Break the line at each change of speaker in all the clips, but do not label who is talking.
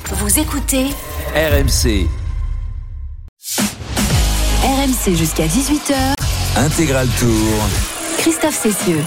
Vous écoutez
RMC.
RMC jusqu'à 18h.
Intégral Tour.
Christophe Cessieux.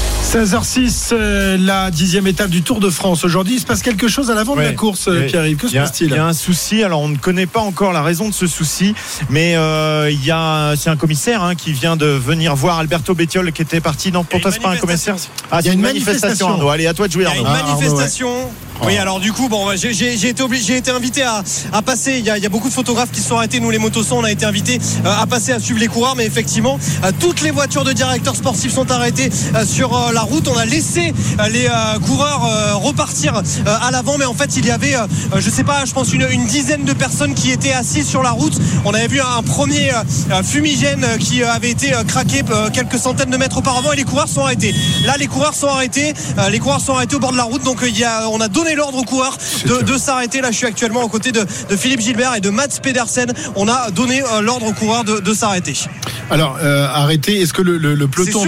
16h06, la 10e étape du Tour de France. Aujourd'hui, il se passe quelque chose à l'avant de la course, Pierre-Yves. Que se passe-t-il ?
Il y a un souci. Alors, on ne connaît pas encore la raison de ce souci, mais c'est un commissaire qui vient de venir voir Alberto Bettiol qui était parti. Non, pour toi, c'est pas un commissaire.
Il y a une manifestation.
Arnaud. Allez, à toi de jouer,
Arnaud. Il y a une manifestation. Oui, alors du coup, j'ai été invité à passer. Il y a beaucoup de photographes qui se sont arrêtés. Nous, les motossons, on a été invités à passer, à suivre les coureurs. Mais effectivement, toutes les voitures de directeurs sportifs sont arrêtées sur la route. On a laissé les coureurs repartir à l'avant. Mais en fait, il y avait, je pense une dizaine de personnes qui étaient assises sur la route. On avait vu un premier fumigène qui avait été craqué quelques centaines de mètres auparavant. Et les coureurs sont arrêtés. Là, les coureurs sont arrêtés. Les coureurs sont arrêtés au bord de la route. Donc, on a donné l'ordre aux coureurs de s'arrêter. Là, je suis actuellement aux côtés de Philippe Gilbert et de Mats Pedersen. On a donné l'ordre aux coureurs de s'arrêter.
Alors, arrêter, est-ce que le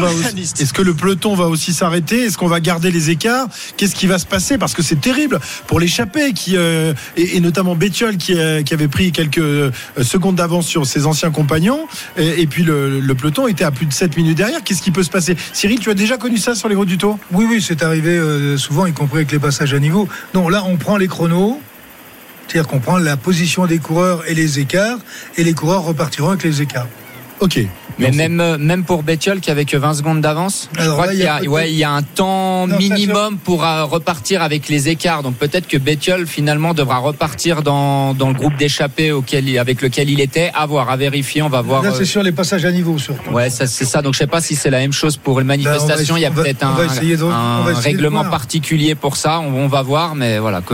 peloton va aussi s'arrêter ? Est-ce qu'on va garder les écarts ? Qu'est-ce qui va se passer ? Parce que c'est terrible pour l'échappée et notamment Bettiol qui avait pris quelques secondes d'avance sur ses anciens compagnons et puis le peloton était à plus de 7 minutes derrière. Qu'est-ce qui peut se passer ? Cyril, tu as déjà connu ça sur les routes du Tour ?
Oui, c'est arrivé souvent, y compris avec les passages à niveau. Non, là, on prend les chronos, c'est-à-dire qu'on prend la position des coureurs et les écarts, et les coureurs repartiront avec les écarts.
Ok.
Mais même pour Bettiol qui avait que 20 secondes d'avance, je crois qu'il y a un temps minimum pour repartir avec les écarts. Donc peut-être que Bettiol finalement devra repartir dans le groupe d'échappés avec lequel il était. À vérifier, on va voir.
Là, c'est sur les passages à niveau surtout.
Ouais, c'est ça. Donc je sais pas si c'est la même chose pour une manifestation. Il y a peut-être un règlement particulier pour ça. On va voir, mais voilà,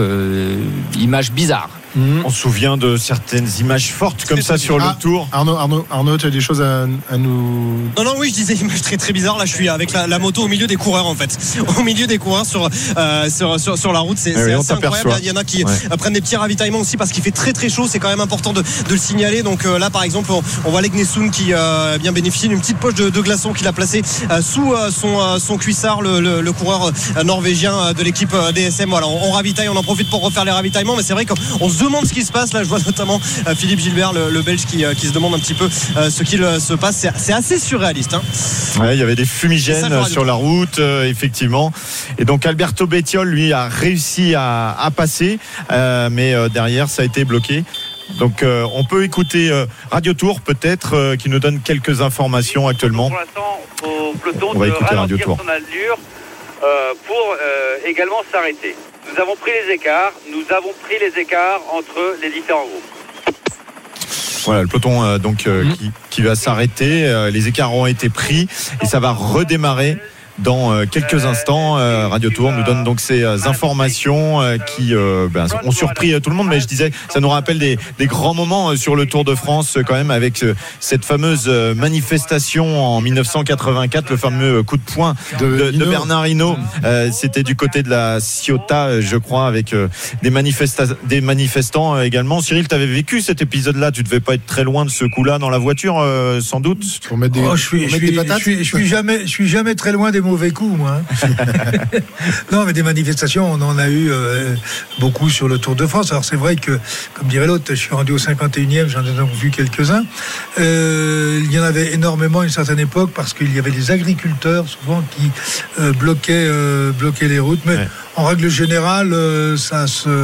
image bizarre.
On se souvient de certaines images fortes comme ça sur le Tour.
Arnaud, tu as des choses à nous...
Non, oui, je disais une image très très bizarre. Là, je suis avec la moto au milieu des coureurs en fait. Au milieu des coureurs sur la route. C'est assez incroyable. Il y en a qui prennent des petits ravitaillements aussi parce qu'il fait très très chaud. C'est quand même important de le signaler. Donc là, par exemple, on voit Legnesund qui a bien bénéficié d'une petite poche de glaçons qu'il a placée sous son cuissard, le coureur norvégien de l'équipe DSM. Voilà, on ravitaille, on en profite pour refaire les ravitaillements. Mais c'est vrai qu'on se demande ce qui se passe. Là, je vois notamment Philippe Gilbert, le Belge, qui se demande un petit peu ce qu'il se passe. C'est assez surréaliste.
Ouais, il y avait des fumigènes sur la route, effectivement. Et donc Alberto Bettiol, lui, a réussi à passer, mais derrière, ça a été bloqué. Donc on peut écouter Radio Tour peut-être qui nous donne quelques informations actuellement.
Pour l'instant, au peloton
on va
de
écouter Radio
ralentir
Tour.
son allure pour également s'arrêter. Nous avons pris les écarts entre les différents groupes.
Voilà, le peloton qui va s'arrêter. Les écarts ont été pris et ça va redémarrer dans quelques instants. Radio Tour nous donne donc ces informations qui ont surpris tout le monde, mais je disais, ça nous rappelle des grands moments sur le Tour de France quand même, avec cette fameuse manifestation en 1984, le fameux coup de poing de Bernard Hinault. C'était du côté de la Ciotat, je crois, avec des manifestants également. Cyril, tu avais vécu cet épisode-là, tu devais pas être très loin de ce coup-là dans la voiture, sans doute.
Je suis jamais très loin des mauvais coups, moi. Non, mais des manifestations, on en a eu beaucoup sur le Tour de France. Alors c'est vrai que, comme dirait l'autre, je suis rendu au 51e, j'en ai donc vu quelques-uns. Il y en avait énormément à une certaine époque parce qu'il y avait des agriculteurs souvent qui bloquaient les routes. Mais en règle générale, ça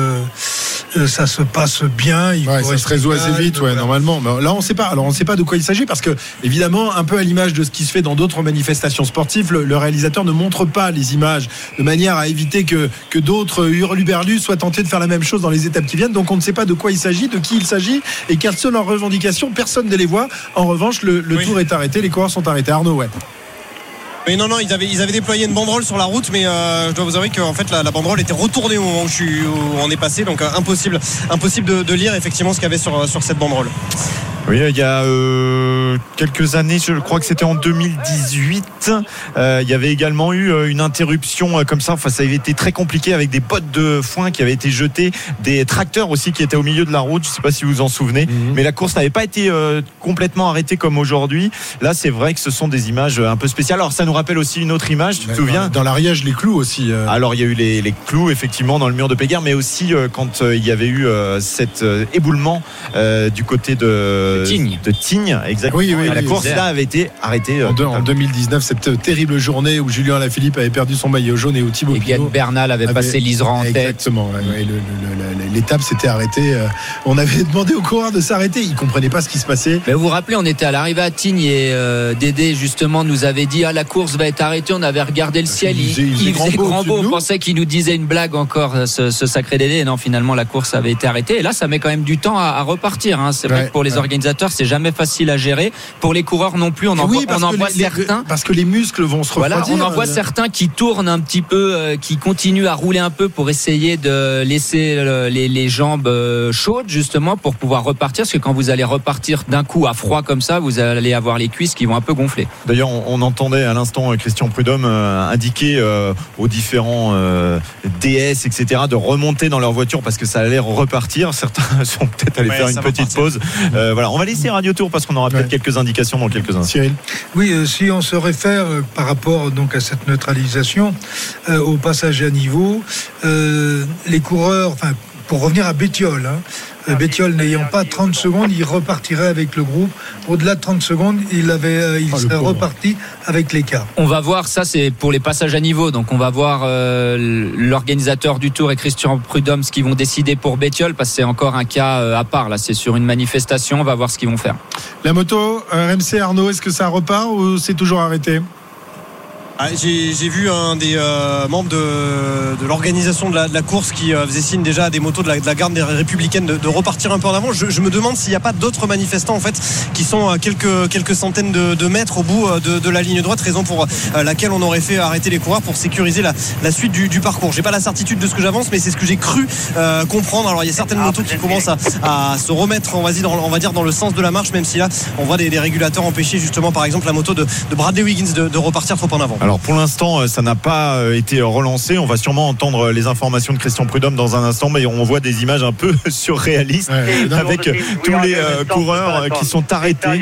se passe bien.
Ça se résout assez vite, normalement. Mais là, on sait pas. Alors, on ne sait pas de quoi il s'agit parce que, évidemment, un peu à l'image de ce qui se fait dans d'autres manifestations sportives, le réalisateur ne montre pas les images de manière à éviter que d'autres hurluberlus soient tentés de faire la même chose dans les étapes qui viennent. Donc, on ne sait pas de quoi il s'agit, de qui il s'agit et quelles sont leurs revendications. Personne ne les voit. En revanche, le tour est arrêté, les coureurs sont arrêtés. Arnaud,
Mais non, ils avaient déployé une banderole sur la route, mais je dois vous avouer qu'en fait la banderole était retournée au moment où on est passé, donc impossible de lire effectivement ce qu'il y avait sur cette banderole.
Oui, il y a quelques années, je crois que c'était en 2018, il y avait également eu une interruption comme ça. Enfin, ça avait été très compliqué avec des bottes de foin qui avaient été jetées, des tracteurs aussi qui étaient au milieu de la route. Je ne sais pas si vous vous en souvenez, mais la course n'avait pas été complètement arrêtée comme aujourd'hui. Là, c'est vrai que ce sont des images un peu spéciales. Alors, ça nous rappelle aussi une autre image, tu te souviens ?
Dans l'Ariège, les clous aussi.
Alors, il y a eu les clous, effectivement, dans le mur de Péguerre, mais aussi quand il y avait eu cet éboulement du côté de Tignes, exactement.
Oui,
la course là avait été arrêtée
en 2019, cette terrible journée où Julien Alaphilippe avait perdu son maillot jaune et où Thibaut Pinot
Bernal avait passé l'Isra en tête.
Exactement. L'étape s'était arrêtée. On avait demandé aux coureurs de s'arrêter. Ils comprenaient pas ce qui se passait.
Mais vous vous rappelez, on était à l'arrivée à Tignes et Dédé justement nous avait dit la course va être arrêtée. On avait regardé le ciel. Il faisait grand beau. On pensait qu'il nous disait une blague encore, ce sacré Dédé. Et non, finalement la course avait été arrêtée. Et là, ça met quand même du temps à repartir. C'est vrai que pour les organisateurs, c'est jamais facile à gérer. Pour les coureurs non plus, on en voit certains.
Parce que les muscles vont se refroidir.
On en voit certains qui tournent un petit peu, qui continuent à rouler un peu pour essayer de laisser les jambes chaudes justement pour pouvoir repartir. Parce que quand vous allez repartir d'un coup à froid comme ça, vous allez avoir les cuisses qui vont un peu gonfler.
D'ailleurs, on entendait à l'instant Christian Prudhomme indiquer aux différents DS, etc., de remonter dans leur voiture parce que ça allait repartir. Certains sont peut-être allés faire une petite pause. Voilà, on va laisser Radio Tour parce qu'on aura peut-être quelques indications dans quelques instants.
Cyril.
Oui, si on se réfère par rapport donc à cette neutralisation au passage à niveau, les coureurs, pour revenir à Bettiol, Bettiol n'ayant pas 30 secondes, il repartirait avec le groupe. Au-delà de 30 secondes, il serait reparti avec l'écart.
On va voir, ça c'est pour les passages à niveau. Donc on va voir l'organisateur du Tour et Christian Prudhomme ce qu'ils vont décider pour Bettiol parce que c'est encore un cas à part. Là, c'est sur une manifestation. On va voir ce qu'ils vont faire.
La moto, RMC Arnaud, est-ce que ça repart ou c'est toujours arrêté ?
J'ai vu un des membres de l'organisation de la course qui faisait signe déjà à des motos de la garde des républicaines de repartir un peu en avant. Je me demande s'il n'y a pas d'autres manifestants en fait qui sont à quelques centaines de mètres au bout de la ligne droite, raison pour laquelle on aurait fait arrêter les coureurs pour sécuriser la suite du parcours. J'ai pas la certitude de ce que j'avance, mais c'est ce que j'ai cru comprendre. Alors il y a certaines motos qui commencent à se remettre, on va dire dans le sens de la marche, même si là on voit des régulateurs empêcher justement par exemple la moto de Bradley Wiggins de repartir trop en avant.
Alors pour l'instant, ça n'a pas été relancé. On va sûrement entendre les informations de Christian Prudhomme dans un instant, mais on voit des images un peu surréalistes avec tous les coureurs qui sont arrêtés.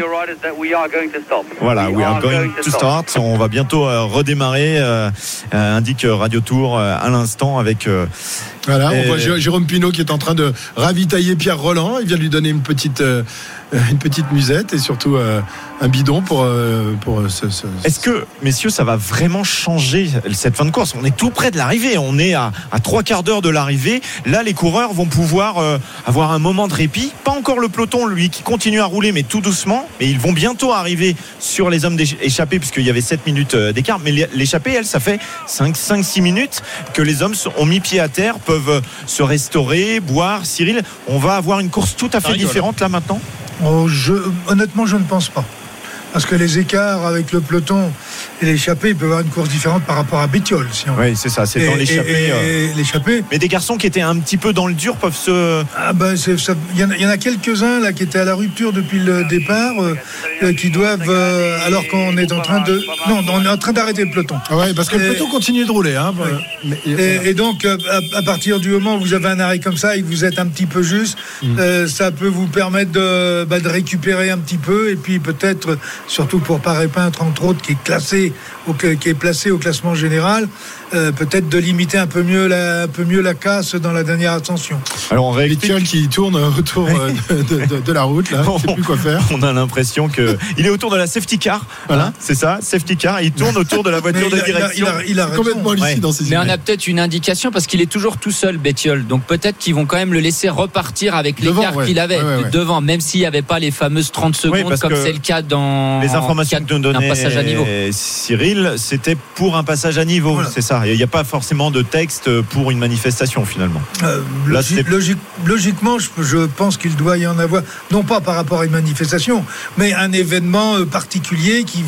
Voilà, we are going to start. On va bientôt redémarrer, indique Radio Tour à l'instant avec...
Voilà, on voit Jérôme Pinot qui est en train de ravitailler Pierre Roland. Il vient de lui donner une petite musette et surtout un bidon pour ce.
Est-ce que, messieurs, ça va vraiment changer cette fin de course ? On est tout près de l'arrivée. On est à 3 quarts d'heure de l'arrivée. Là, les coureurs vont pouvoir avoir un moment de répit. Pas encore le peloton, lui, qui continue à rouler, mais tout doucement. Mais ils vont bientôt arriver sur les hommes échappés, puisqu'il y avait 7 minutes d'écart. Mais l'échappée, elle, ça fait 5-6 minutes que les hommes ont mis pied à terre, peuvent se restaurer, boire. Cyril, on va avoir une course tout à fait différente là maintenant ?
Honnêtement, je ne pense pas. Parce que les écarts avec le peloton et l'échappée, il peut y avoir une course différente par rapport à Bettiol.
Oui, c'est ça, c'est dans l'échappée.
L'échappée.
Mais des garçons qui étaient un petit peu dans le dur peuvent se...
Il y en a quelques-uns là qui étaient à la rupture depuis le départ, qui doivent, alors qu'on est en train de... Non, on est en train d'arrêter le peloton.
Ah ouais, parce que le peloton continue de rouler.
Et donc, à partir du moment où vous avez un arrêt comme ça et que vous êtes un petit peu juste, ça peut vous permettre de récupérer un petit peu et puis peut-être... surtout pour Paré-Peintre entre autres qui est placé au classement général, peut-être de limiter un peu mieux la casse dans la dernière ascension.
Alors on
réexplique qui tourne autour de la route là, on ne sait plus quoi faire.
On a l'impression que il est autour de la safety car, voilà, c'est ça, safety car, il tourne autour de la voiture de direction.
Il a
complètement lucide dans ses idées.
Mais on a peut-être une indication parce qu'il est toujours tout seul Bettiol, donc peut-être qu'ils vont quand même le laisser repartir avec l'écart qu'il avait devant, même s'il n'y avait pas les fameuses 30 secondes comme c'est le cas dans
les informations que nous donnait
passage à niveau.
Cyril, c'était pour un passage à niveau, voilà. C'est ça. Il n'y a pas forcément de texte pour une manifestation finalement.
Logiquement, je pense qu'il doit y en avoir, non pas par rapport à une manifestation, mais un événement particulier qui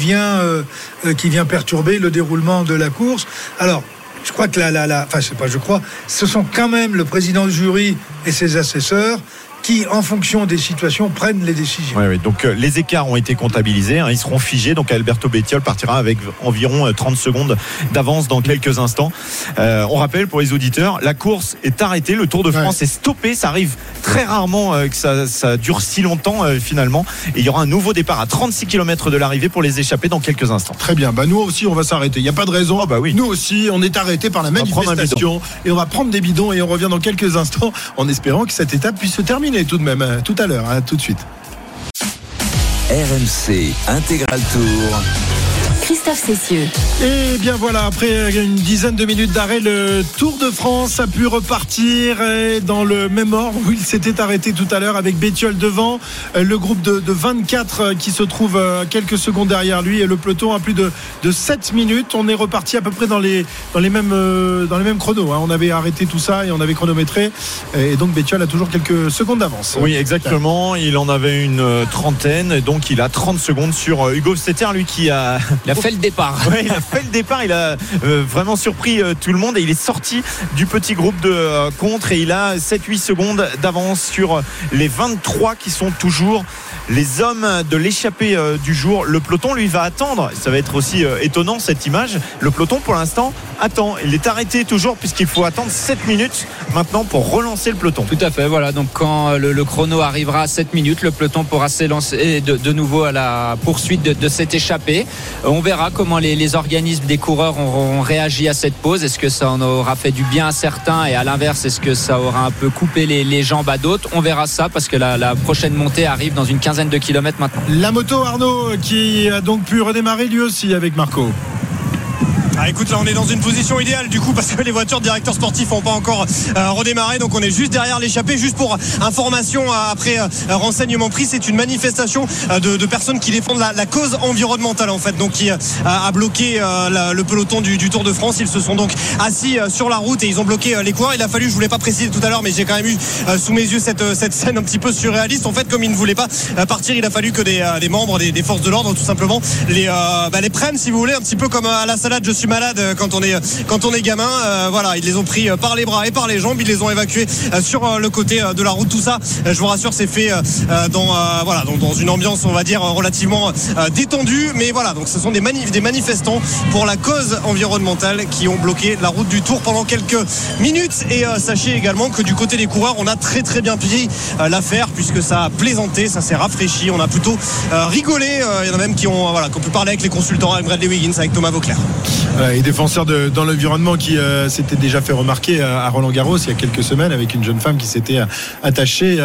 vient perturber le déroulement de la course. Alors, je crois que ce sont quand même le président du jury et ses assesseurs qui, en fonction des situations, prennent les décisions.
Oui. Donc les écarts ont été comptabilisés, ils seront figés. Donc Alberto Bettiol partira avec environ 30 secondes d'avance dans quelques instants. On rappelle pour les auditeurs, la course est arrêtée, le Tour de France est stoppé. Ça arrive très rarement que ça dure si longtemps finalement. Et il y aura un nouveau départ à 36 km de l'arrivée pour les échapper dans quelques instants.
Très bien, nous aussi on va s'arrêter. Il n'y a pas de raison. Nous aussi on est arrêtés par la manifestation et on va prendre des bidons et on revient dans quelques instants en espérant que cette étape puisse se terminer tout de même tout à l'heure, tout de suite.
RMC Intégral Tour.
Christophe Cessieux.
Et bien voilà, après une dizaine de minutes d'arrêt, le Tour de France a pu repartir dans le même ordre où il s'était arrêté tout à l'heure avec Bettiol devant, le groupe de 24 qui se trouve quelques secondes derrière lui et le peloton à plus de 7 minutes. On est reparti à peu près dans les mêmes chronos. On avait arrêté tout ça et on avait chronométré et donc Bettiol a toujours quelques secondes d'avance.
Oui, exactement. Il en avait une trentaine, donc il a 30 secondes sur Hugo Hofstetter, lui qui a
fait le départ.
Ouais, il a fait le départ, il a vraiment surpris tout le monde et il est sorti du petit groupe de contre et il a 7-8 secondes d'avance sur les 23 qui sont toujours les hommes de l'échappée du jour. Le peloton lui va attendre, ça va être aussi étonnant cette image. Le peloton pour l'instant attend, il est arrêté toujours puisqu'il faut attendre 7 minutes maintenant pour relancer le peloton.
Tout à fait, voilà, donc quand le chrono arrivera à 7 minutes, le peloton pourra s'élancer de nouveau à la poursuite de cette échappée. On verra comment les organismes des coureurs auront réagi à cette pause. Est-ce que ça en aura fait du bien à certains et à l'inverse, est-ce que ça aura un peu coupé les jambes à d'autres? On verra ça parce que la prochaine montée arrive dans une quinzaine de kilomètres maintenant.
La moto Arnaud qui a donc pu redémarrer lui aussi avec Marco.
Écoute, là on est dans une position idéale du coup parce que les voitures de directeurs sportifs n'ont pas encore redémarré, donc on est juste derrière l'échappée. Juste pour information, après renseignement pris, c'est une manifestation de personnes qui défendent la cause environnementale en fait, donc qui a bloqué le peloton du Tour de France. Ils se sont donc assis sur la route et ils ont bloqué les coureurs. Il a fallu, je voulais pas préciser tout à l'heure, mais j'ai quand même eu sous mes yeux cette scène un petit peu surréaliste. En fait, comme ils ne voulaient pas partir, il a fallu que des membres des forces de l'ordre tout simplement les prennent, si vous voulez, un petit peu comme à la salade je suis malade quand on est gamin. Voilà, ils les ont pris par les bras et par les jambes, ils les ont évacués sur le côté de la route. Tout ça, je vous rassure, c'est fait dans une ambiance, on va dire, relativement détendue. Mais voilà, donc ce sont des manifestants pour la cause environnementale qui ont bloqué la route du Tour pendant quelques minutes. Et sachez également que du côté des coureurs, on a très très bien pris l'affaire puisque ça a plaisanté, ça s'est rafraîchi, on a plutôt rigolé. Il y en a même qu'on peut parler avec les consultants, avec Bradley Wiggins, avec Thomas Vauclair.
Et défenseur dans l'environnement qui s'était déjà fait remarquer à Roland-Garros il y a quelques semaines avec une jeune femme qui s'était attachée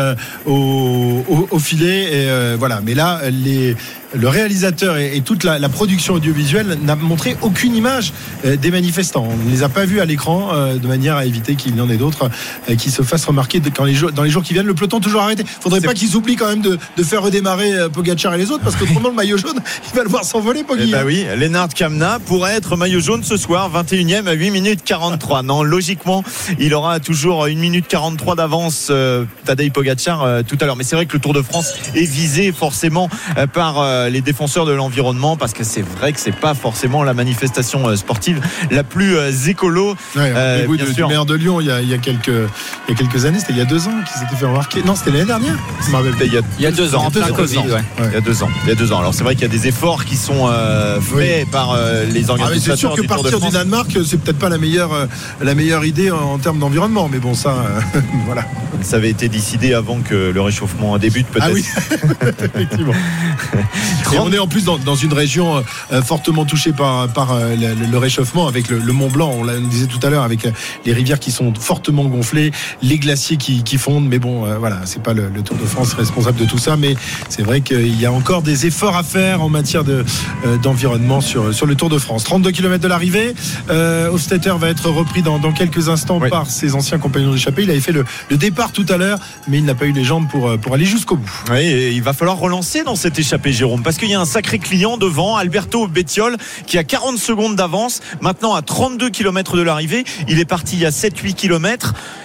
au filet et voilà. Mais là le réalisateur et toute la production audiovisuelle n'a montré aucune image des manifestants. On ne les a pas vus à l'écran de manière à éviter qu'il y en ait d'autres qui se fassent remarquer dans les jours qui viennent. Le peloton toujours arrêté. Faudrait pas qu'ils oublient quand même de faire redémarrer Pogacar et les autres parce qu'autrement le maillot jaune il va le voir s'envoler Poggi.
Oui, Lennart Kamna pourrait être maillot jaune ce soir, 21e à 8 minutes 43. Non, logiquement il aura toujours 1 minute 43 d'avance Tadej Pogacar tout à l'heure. Mais c'est vrai que le Tour de France est visé forcément par les défenseurs de l'environnement parce que c'est vrai que c'est pas forcément la manifestation sportive la plus écolo.
Du maire de Lyon il y a quelques années, c'était il y a 2 ans qu'il s'était fait remarquer. Non, c'était l'année dernière.
Il y a 2 ans, en plein Covid.
Il y a 2 ans. Alors c'est vrai qu'il y a des efforts qui sont faits par les organisateurs.
C'est sûr que partir du Danemark, c'est peut-être pas la meilleure idée en termes d'environnement, mais bon ça, voilà.
Ça avait été décidé avant que le réchauffement débute peut-être.
Ah oui, effectivement. Et on est en plus dans une région fortement touchée par le réchauffement avec le Mont Blanc, on le disait tout à l'heure, avec les rivières qui sont fortement gonflées, les glaciers qui fondent, mais bon, voilà, c'est pas le Tour de France responsable de tout ça, mais c'est vrai qu'il y a encore des efforts à faire en matière d'environnement sur le Tour de France. 32 km de l'arrivée, Hofstetter va être repris dans quelques instants par ses anciens compagnons d'échappée. Il avait fait le départ tout à l'heure, mais il n'a pas eu les jambes pour aller jusqu'au bout.
Oui, et il va falloir relancer dans cette échappée, Jérôme, parce qu'il y a un sacré client devant, Alberto Bettiol, qui a 40 secondes d'avance, maintenant à 32 km de l'arrivée. Il est parti il y a 7-8 km.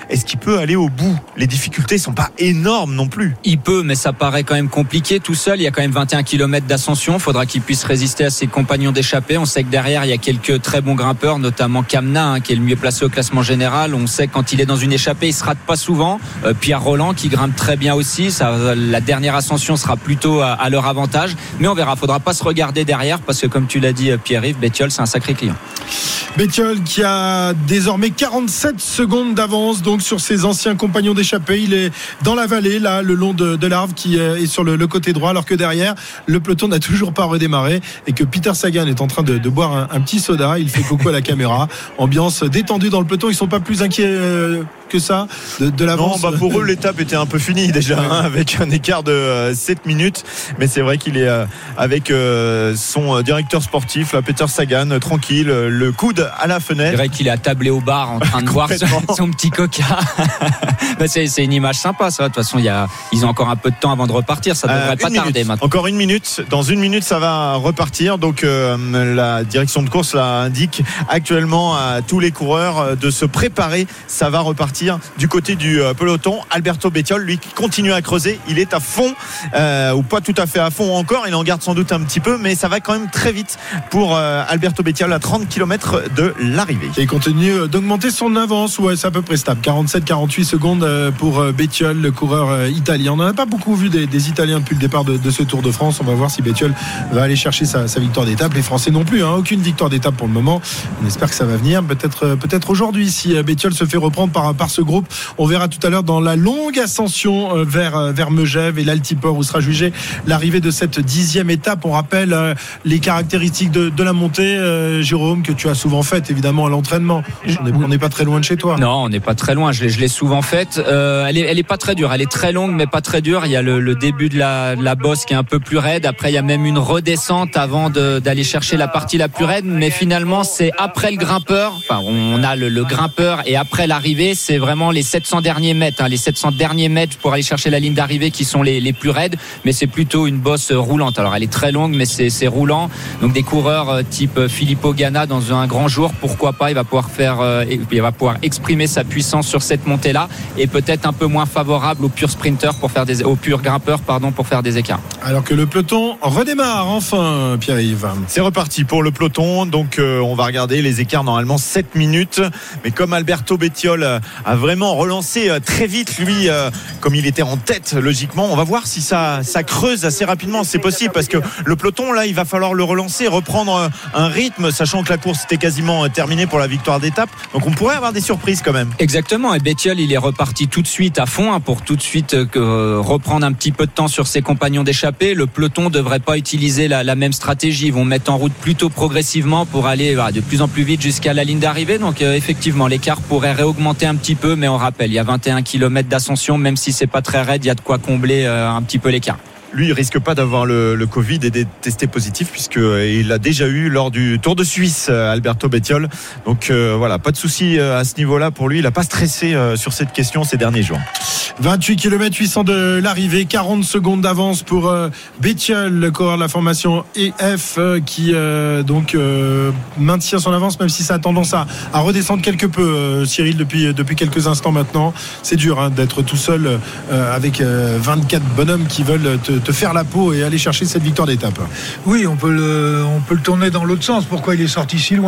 est-ce qu'il peut aller au bout? Les difficultés sont pas énormes non plus.
Il peut, mais ça paraît quand même compliqué tout seul. Il y a quand même 21 km d'ascension. Il faudra qu'il puisse résister à ses compagnons d'échappée. On sait que derrière, il y a quelques très bons grimpeurs, notamment Kamna, qui est le mieux placé au classement général. On sait que quand il est dans une échappée, il se rate pas souvent. Pierre Roland qui grimpe très bien aussi. La dernière ascension sera plutôt à leur avantage. Mais on verra. Faudra pas se regarder derrière parce que, comme tu l'as dit, Pierre-Yves, Bettiol, c'est un sacré client.
Bettiol qui a désormais 47 secondes d'avance donc sur ses anciens compagnons d'échappée. Il est dans la vallée, là, le long de l'Arve, qui est sur le côté droit, alors que derrière, le peloton n'a toujours pas redémarré et que Peter Sagan est en train de boire un petit soda. Il fait coco à la caméra. Ambiance détendue dans le peloton. Ils sont pas plus inquiets que ça de l'avance.
Non, pour eux, l'étape était un peu finie déjà, avec un écart de 7 minutes. Mais c'est vrai qu'il est avec son directeur sportif, là, Peter Sagan, tranquille, le coude à la fenêtre.
C'est vrai qu'il est attablé au bar en train de boire son petit coca. C'est une image sympa, ça. De toute façon, ils ont encore un peu de temps avant de repartir. Ça devrait pas tarder maintenant.
Encore une minute. Dans une minute, ça va repartir. Donc, la direction de course là, indique actuellement à tous les coureurs de se préparer. Ça va repartir du côté du peloton. Alberto Bettiol, lui, qui continue à creuser. Il est à fond, ou pas tout à fait à fond encore. Il en garde sans doute un petit peu, mais ça va quand même très vite pour Alberto Bettiol à 30 km de l'arrivée.
Et il continue d'augmenter son avance. Ouais, c'est à peu près stable. 47-48 secondes pour Bettiol, le coureur italien. On n'en a pas beaucoup vu des Italiens depuis le départ de ce Tour de France. On va voir si Bettiol va aller chercher sa victoire d'étape. Les Français non plus, aucune victoire d'étape pour le moment. On espère que ça va venir. Peut-être aujourd'hui, si Bettiol se fait reprendre par ce groupe. On verra tout à l'heure dans la longue ascension vers Megève et l'Altiport où sera jugée l'arrivée de cette 10e étape. On rappelle les caractéristiques de la montée, Jérôme, que tu as souvent faite évidemment à l'entraînement. On n'est pas très loin de chez toi.
Non, on n'est pas très loin. Je l'ai souvent faite. Elle est pas très dure. Elle est très longue, mais pas très dure. Il y a le début de la bosse qui est un peu plus raide. Après, il y a même une redescente avant d'aller chercher la partie la plus raide. Mais finalement, c'est après le grimpeur. Enfin, on a le grimpeur et après l'arrivée, c'est vraiment les 700 derniers mètres. Les 700 derniers mètres pour aller chercher la ligne d'arrivée qui sont les plus raides. Mais c'est plutôt une bosse roulante. Alors, elle est très longue, mais c'est roulant. Donc, des coureurs type Filippo Ganna dans un grand jour, pourquoi pas, il va pouvoir exprimer sa puissance sur cette montée-là et peut-être un peu moins favorable aux purs sprinters aux purs grimpeurs pour faire des écarts.
Alors que le peloton redémarre enfin, Pierre-Yves.
C'est reparti pour le peloton. Donc on va regarder les écarts, normalement 7 minutes. Mais comme Alberto Bettiol a vraiment relancé très vite, lui, comme il était en tête, logiquement, on va voir si ça creuse assez rapidement. C'est possible parce que le peloton, là, il va falloir le relancer, reprendre un rythme, sachant que la course était quasiment terminée pour la victoire d'étape. Donc on pourrait avoir des surprises quand même.
Exactement. Et Bettiol, il est reparti tout de suite à fond pour tout de suite reprendre un petit peu de temps sur ses compagnons d'échappée. Le peloton ne devrait pas utiliser la même stratégie. Ils vont mettre en route plutôt progressivement pour aller de plus en plus vite jusqu'à la ligne d'arrivée. Donc effectivement, l'écart pourrait réaugmenter un petit peu, mais on rappelle, il y a 21 km d'ascension, même si c'est pas très raide, il y a de quoi combler un petit peu l'écart.
Lui, il risque pas d'avoir le Covid et d'être testé positif puisqu'il l'a déjà eu lors du Tour de Suisse, Alberto Bettiol. Donc voilà, pas de souci à ce niveau-là pour lui. Il n'a pas stressé sur cette question ces derniers jours.
28 km 800 de l'arrivée, 40 secondes d'avance pour Bettiol, le coureur de la formation EF qui maintient son avance même si ça a tendance à redescendre quelque peu, Cyril, depuis quelques instants maintenant. C'est dur d'être tout seul avec 24 bonhommes qui veulent te faire la peau et aller chercher cette victoire d'étape.
Oui, on peut le tourner dans l'autre sens. Pourquoi il est sorti si loin ?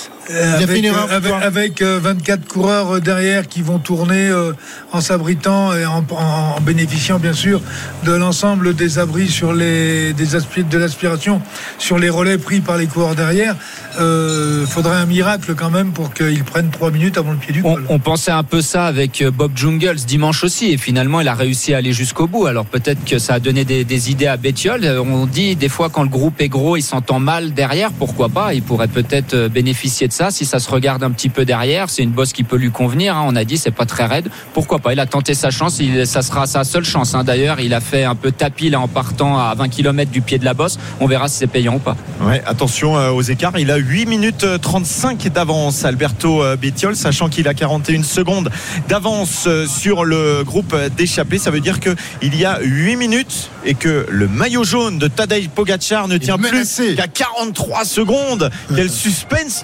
Avec 24 coureurs derrière qui vont tourner en s'abritant et en bénéficiant bien sûr de l'ensemble des abris de l'aspiration sur les relais pris par les coureurs derrière. Faudrait un miracle quand même pour qu'ils prennent 3 minutes avant le pied du col.
On pensait un peu ça avec Bob Jungels dimanche aussi et finalement il a réussi à aller jusqu'au bout. Alors peut-être que ça a donné des idées à Bettiol. On dit des fois quand le groupe est gros il s'entend mal derrière, pourquoi pas, il pourrait peut-être bénéficier de ça si ça se regarde un petit peu derrière. C'est une bosse qui peut lui convenir, on a dit c'est pas très raide, pourquoi pas, il a tenté sa chance, ça sera sa seule chance d'ailleurs il a fait un peu tapis là en partant à 20 km du pied de la bosse, on verra si c'est payant ou pas.
Ouais, attention aux écarts, il a 8 minutes 35 d'avance Alberto Bettiol, sachant qu'il a 41 secondes d'avance sur le groupe d'échappés. Ça veut dire qu'il y a 8 minutes et que le maillot jaune de Tadej Pogačar ne tient plus qu'à 43 secondes. Quel suspense dans ce Tour de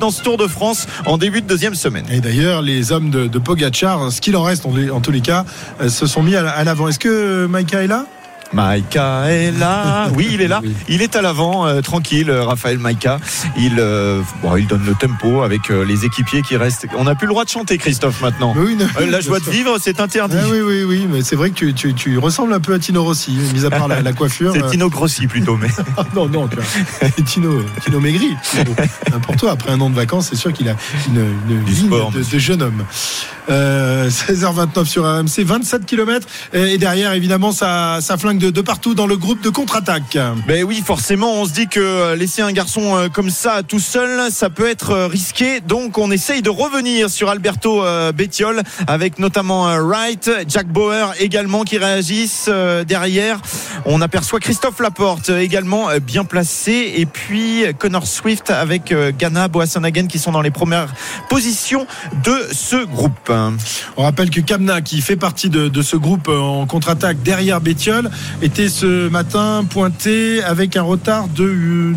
de France en début de deuxième semaine.
Et d'ailleurs, les hommes de Pogačar, ce qu'il en reste en tous les cas, se sont mis à l'avant. Est-ce que Maïka est là ?
Maïka est là. Oui, il est là. Il est à l'avant, tranquille, Raphaël Maïka. Il donne le tempo avec les équipiers qui restent. On n'a plus le droit de chanter, Christophe, maintenant.
Oui,
la joie de vivre, c'est interdit.
Oui, mais c'est vrai que tu ressembles un peu à Tino Rossi, mis à part la coiffure.
C'est Tino Grossi plutôt, mais.
non, Tino maigri. Pour toi, après un an de vacances, c'est sûr qu'il a une ligne de jeune homme. 16h29 sur RMC, 27 km et derrière évidemment ça flingue de partout dans le groupe de contre-attaque.
Ben oui, forcément on se dit que laisser un garçon comme ça tout seul, ça peut être risqué, donc on essaye de revenir sur Alberto Bettiol avec notamment Wright, Jack Bauer également qui réagissent derrière. On aperçoit Christophe Laporte également bien placé et puis Connor Swift avec Ghana, Boasson-Hagen qui sont dans les premières positions de ce groupe.
On rappelle que Kamna, qui fait partie de ce groupe en contre-attaque derrière Bettiol, était ce matin pointé avec un retard de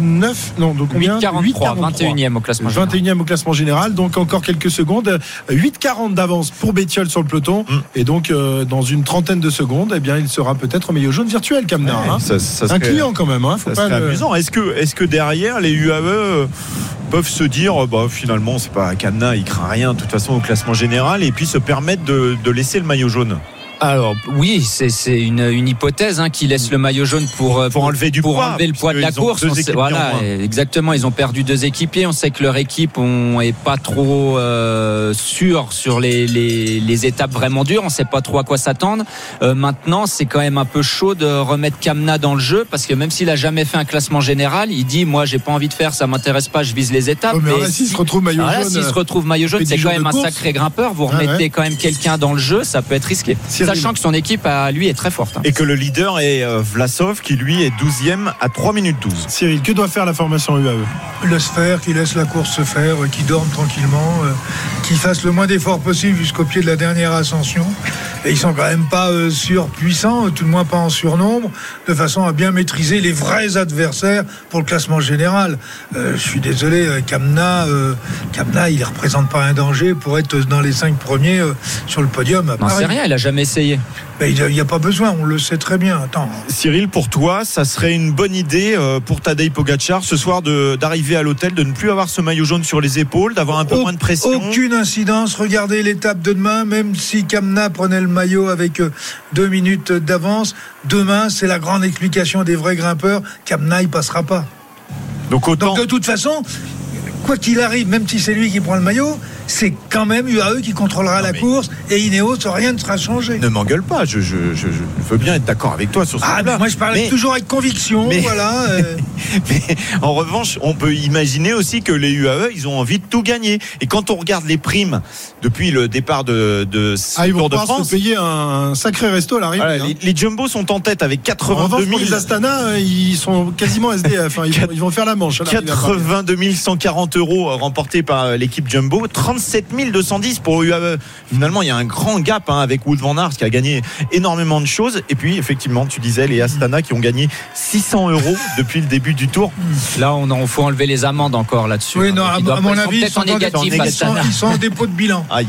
8,43 au classement général.
21e au classement général, donc encore quelques secondes. 8,40 d'avance pour Bettiol sur le peloton. Et donc, dans une trentaine de secondes, eh bien, il sera peut-être maillot jaune virtuel, Kamna.
Ça serait
un client quand même. Faut
ça serait amusant. Est-ce que derrière, les UAE peuvent se dire finalement c'est pas Kamna, il craint rien de toute façon au classement général et puis se permettre de laisser le maillot jaune?
Alors oui, c'est une hypothèse qui laisse le maillot jaune pour
enlever du poids,
enlever le poids de la course. Voilà, exactement. Ils ont perdu 2 équipiers. On sait que leur équipe est pas trop sûre sur les étapes vraiment dures. On sait pas trop à quoi s'attendre. Maintenant, c'est quand même un peu chaud de remettre Kamna dans le jeu parce que même s'il a jamais fait un classement général, il dit moi j'ai pas envie de faire, ça m'intéresse pas, je vise les étapes.
Mais s'il se retrouve maillot jaune,
s'il se retrouve maillot jaune, c'est quand même un sacré grimpeur. Vous remettez quand même quelqu'un dans le jeu, ça peut être risqué. Sachant que son équipe lui est très forte.
Et que le leader est Vlasov qui lui est 12e à 3 minutes 12.
Cyril, que doit faire la formation UAE?
Laisse faire, qu'il laisse la course se faire, qu'il dorme tranquillement, qu'il fasse le moins d'efforts possible jusqu'au pied de la dernière ascension. Et ils sont quand même pas surpuissants, tout le moins pas en surnombre, de façon à bien maîtriser les vrais adversaires pour le classement général. Je suis désolé, Kamna, il ne représente pas un danger pour être dans les 5 premiers sur le podium.
Non, c'est rien, il a jamais essayé.
Mais il n'y a pas besoin, on le sait très bien. Attends.
Cyril, pour toi, ça serait une bonne idée pour Tadej Pogačar ce soir d'arriver à l'hôtel, de ne plus avoir ce maillot jaune sur les épaules, d'avoir un peu moins de pression.
Aucune incidence. Regardez l'étape de demain, même si Kamna prenait le maillot avec 2 minutes d'avance, demain c'est la grande explication des vrais grimpeurs. Kamna il passera pas. Donc de toute façon, quoi qu'il arrive, même si c'est lui qui prend le maillot, c'est quand même UAE qui contrôlera la course et Ineos, rien ne sera changé.
Ne m'engueule pas, je veux bien être d'accord avec toi sur ce point-là.
Moi je parle toujours avec conviction, voilà.
Mais en revanche, on peut imaginer aussi que les UAE, ils ont envie de tout gagner. Et quand on regarde les primes depuis le départ de Tour de France,
se payer un sacré resto à l'arrivée.
Voilà, les Jumbo sont en tête avec 82 000.
Pour les Astana, ils sont quasiment SDF. Ils vont faire la manche.
82 140 € remportés par l'équipe Jumbo. 37 210 pour UAE. Finalement, il y a un grand gap avec Wout van Aert qui a gagné énormément de choses. Et puis, effectivement, tu disais les Astana qui ont gagné 600 € depuis le début du Tour.
Là, on faut enlever les amendes encore là-dessus.
Oui, non, à mon avis, ils sont en dépôt de bilan.
Aïe.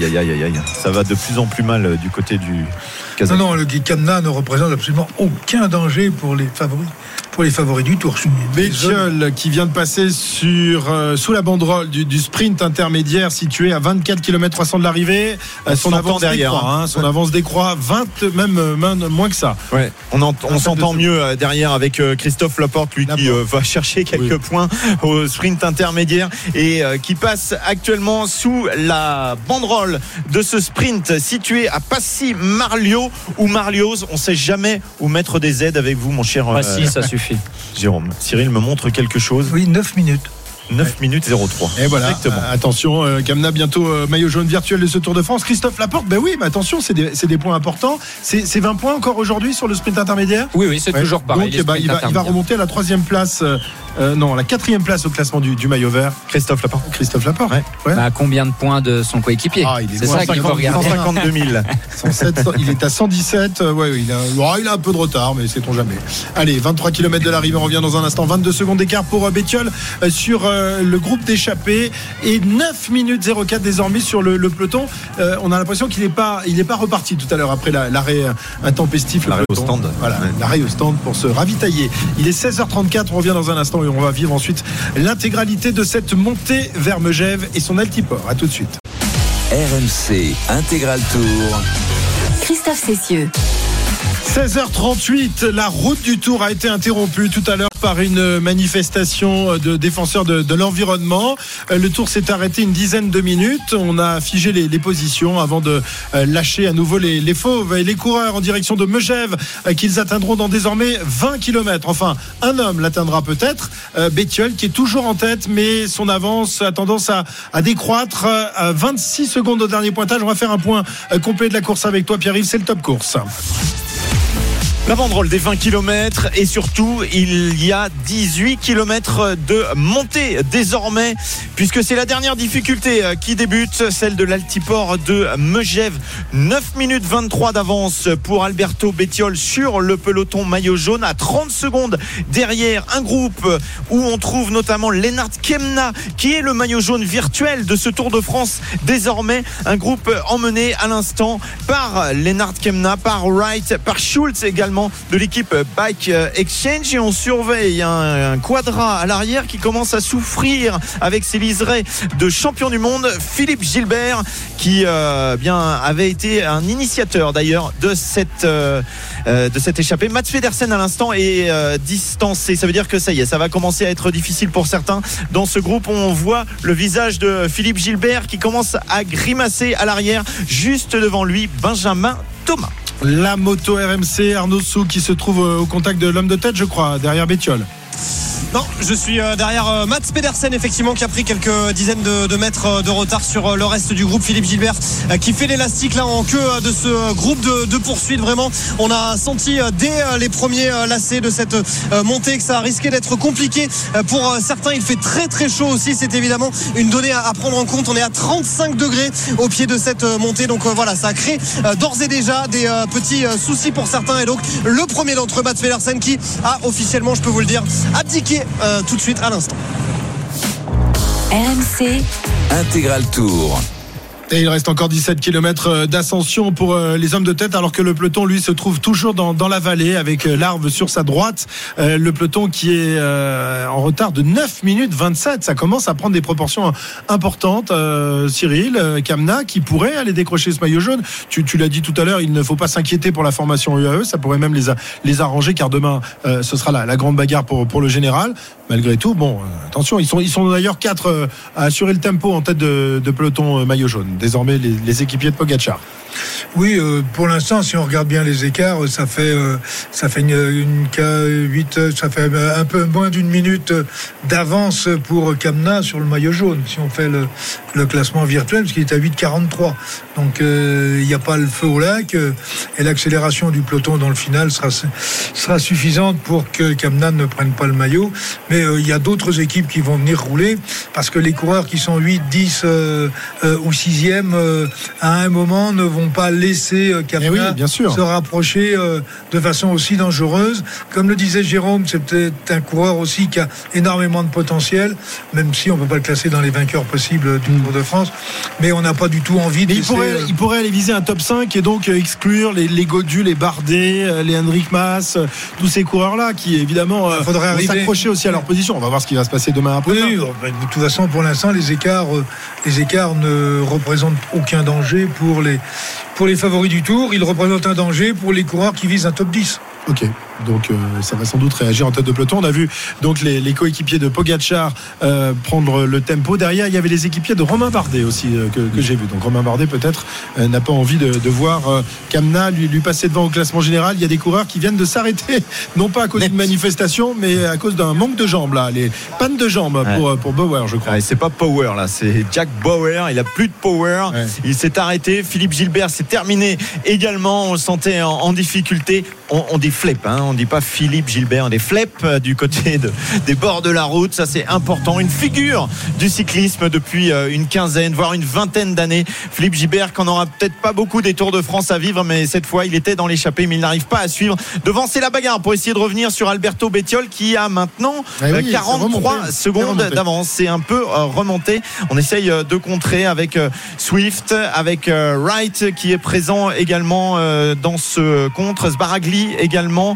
Ça va de plus en plus mal du côté du Kazakhstan.
Non, le Kamna ne représente absolument aucun danger pour les favoris du Tour.
Bettiol qui vient de passer sous la banderole du sprint intermédiaire situé à 24 km 300 de l'arrivée. Son avance derrière, son avance décroît 20, même moins que ça.
Ouais. On s'entend mieux derrière avec Christophe Laporte, lui qui va chercher quelques points au sprint intermédiaire et qui passe actuellement sous la banderole de ce sprint situé à Passy-Marlios ou Marlios. On ne sait jamais où mettre des aides avec vous, mon cher.
Passy, ça suffit.
Jérôme, Cyril me montre quelque chose.
Oui, 9 minutes.
9 minutes 03.
Et voilà, attention, Kamna bientôt maillot jaune virtuel de ce Tour de France. Christophe Laporte, mais attention, c'est des points importants. C'est 20 points encore aujourd'hui sur le sprint intermédiaire.
Oui, c'est toujours pareil.
Donc il va remonter à la 3e place la 4e place au classement du maillot vert.
Christophe Laporte.
Ouais.
À combien de points de son coéquipier?
C'est
ça qu'il faut regarder. 152 000.
107, il est à 117. Il a un peu de retard, mais sait-on jamais. Allez, 23 km de l'arrivée, on revient dans un instant. 22 secondes d'écart pour Bettiol sur le groupe d'échappés et 9 minutes 04 désormais sur le peloton. On a l'impression qu'il n'est pas reparti tout à l'heure après l'arrêt intempestif.
L'arrêt au stand.
Voilà, l'arrêt au stand pour se ravitailler. Il est 16h34, on revient dans un instant et on va vivre ensuite l'intégralité de cette montée vers Megève et son altiport. À tout de suite.
RMC Intégral Tour.
Christophe Cessieux.
16h38, la route du Tour a été interrompue tout à l'heure par une manifestation de défenseurs de l'environnement. Le Tour s'est arrêté une dizaine de minutes. On a figé les positions avant de lâcher à nouveau les fauves et les coureurs en direction de Megève qu'ils atteindront dans désormais 20 km. Enfin, un homme l'atteindra peut-être, Bettiol qui est toujours en tête, mais son avance a tendance à décroître à 26 secondes au dernier pointage. On va faire un point complet de la course avec toi, Pierre-Yves, c'est le top course.
La banderole des 20 km et surtout il y a 18 km de montée désormais puisque c'est la dernière difficulté qui débute, celle de l'altiport de Megève. 9 minutes 23 d'avance pour Alberto Bettiol sur le peloton maillot jaune, à 30 secondes derrière un groupe où on trouve notamment Lennart Kemna qui est le maillot jaune virtuel de ce Tour de France désormais, un groupe emmené à l'instant par Lennart Kemna, par Wright, par Schultz également de l'équipe Bike Exchange, et on surveille un Quadra à l'arrière qui commence à souffrir avec ses liserés de champion du monde. Philippe Gilbert qui avait été un initiateur d'ailleurs de cette échappée. Mats Pedersen à l'instant est distancé, ça veut dire que ça y est, ça va commencer à être difficile pour certains dans ce groupe. On voit le visage de Philippe Gilbert qui commence à grimacer à l'arrière, juste devant lui Benjamin Thomas.
La moto RMC, Arnaud Souk qui se trouve au contact de l'homme de tête, je crois, derrière Bettiol.
Non, je suis derrière Mats Pedersen effectivement qui a pris quelques dizaines de mètres de retard sur le reste du groupe. Philippe Gilbert qui fait l'élastique là en queue de ce groupe de poursuite. Vraiment, on a senti dès les premiers lacets de cette montée que ça risquait d'être compliqué pour certains. Il fait très très chaud aussi, c'est évidemment une donnée à prendre en compte. On est à 35 degrés au pied de cette montée, donc voilà, ça crée d'ores et déjà des petits soucis pour certains. Et donc le premier d'entre eux, Mats Pedersen, qui a officiellement, je peux vous le dire, abdiqué tout de suite à l'instant.
RMC
Intégral Tour.
Et il reste encore 17 km d'ascension pour les hommes de tête, alors que le peloton, lui, se trouve toujours dans la vallée avec l'Arve sur sa droite. Le peloton qui est en retard de 9 minutes 27. Ça commence à prendre des proportions importantes. Cyril, Kemna, qui pourrait aller décrocher ce maillot jaune. Tu l'as dit tout à l'heure, il ne faut pas s'inquiéter pour la formation UAE. Ça pourrait même les arranger, car demain, ce sera la grande bagarre pour le général. Malgré tout, attention, ils sont d'ailleurs 4 à assurer le tempo en tête de peloton maillot jaune. Désormais, les équipiers de Pogacar.
Oui, pour l'instant, si on regarde bien les écarts, ça fait une K8, ça fait un peu moins d'une minute d'avance pour Kemna sur le maillot jaune, si on fait le classement virtuel, parce qu'il est à 8,43. Donc, il n'y a pas le feu au lac, et l'accélération du peloton dans le final sera suffisante pour que Kemna ne prenne pas le maillot. Mais il y a d'autres équipes qui vont venir rouler, parce que les coureurs qui sont 8, 10 ou 6e, à un moment, ne vont pas laisser Kemna se rapprocher de façon aussi dangereuse. Comme le disait Jérôme, c'est peut-être un coureur aussi qui a énormément de potentiel, même si on ne peut pas le classer dans les vainqueurs possibles du Tour de France, mais on n'a pas du tout envie de laisser...
Il pourrait aller viser un top 5 et donc exclure les Gaudu, les Bardet, les Henrik Mas, tous ces coureurs-là qui évidemment vont s'accrocher aussi à leur position. On va voir ce qui va se passer demain après.
Oui, de toute façon, pour l'instant, les écarts ne représentent aucun danger pour les favoris du Tour. Ils représentent un danger pour les coureurs qui visent un top 10.
Ok, donc ça va sans doute réagir en tête de peloton. On a vu donc les coéquipiers de Pogacar prendre le tempo. Derrière, il y avait les équipiers de Romain Bardet aussi que j'ai vu. Donc Romain Bardet peut-être n'a pas envie de voir Kemna lui passer devant au classement général. Il y a des coureurs qui viennent de s'arrêter, non pas à cause d'une manifestation, mais à cause d'un manque de jambes là, les pannes de jambes pour Bauer, je crois.
C'est pas Power là, c'est Jack Bauer. Il a plus de power. Il s'est arrêté. Philippe Gilbert c'est terminé également. On sentait en difficulté. On dit Flep, on dit pas Philippe Gilbert, on dit Flep du côté des bords de la route. Ça, c'est important. Une figure du cyclisme depuis une quinzaine, voire une vingtaine d'années. Philippe Gilbert, qu'on n'aura peut-être pas beaucoup des Tours de France à vivre, mais cette fois, il était dans l'échappée, mais il n'arrive pas à suivre. Devant, c'est la bagarre pour essayer de revenir sur Alberto Bettiol, qui a maintenant 43 secondes d'avance. C'est un peu remonté. On essaye de contrer avec Swift, avec Wright qui est présent également dans ce contre. Sbaragli également.